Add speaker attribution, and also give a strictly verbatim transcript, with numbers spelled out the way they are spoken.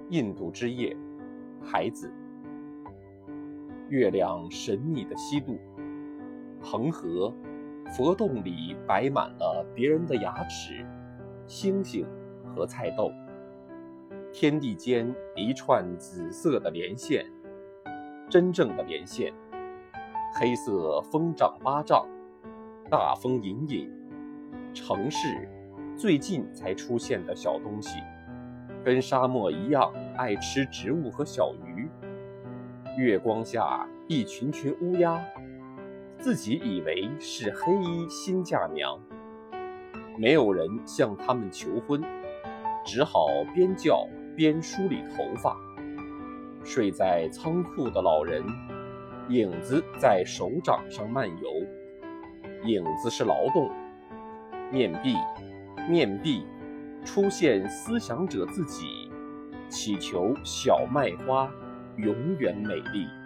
Speaker 1: 印度之夜，孩子。月亮神秘的西渡，恒河、佛洞里摆满了别人的牙齿、星星和菜豆。天地间一串紫色的连线，真正的连线。黑色风长八丈，大风隐隐。城市最近才出现的小东西，跟沙漠一样爱吃植物和小鱼。月光下一群群乌鸦，自己以为是黑衣新嫁娘，没有人向他们求婚，只好边叫边梳理头发。睡在仓库的老人，影子在手掌上漫游，影子是劳动。面壁，面壁，出现思想者自己，祈求小麦花永远美丽。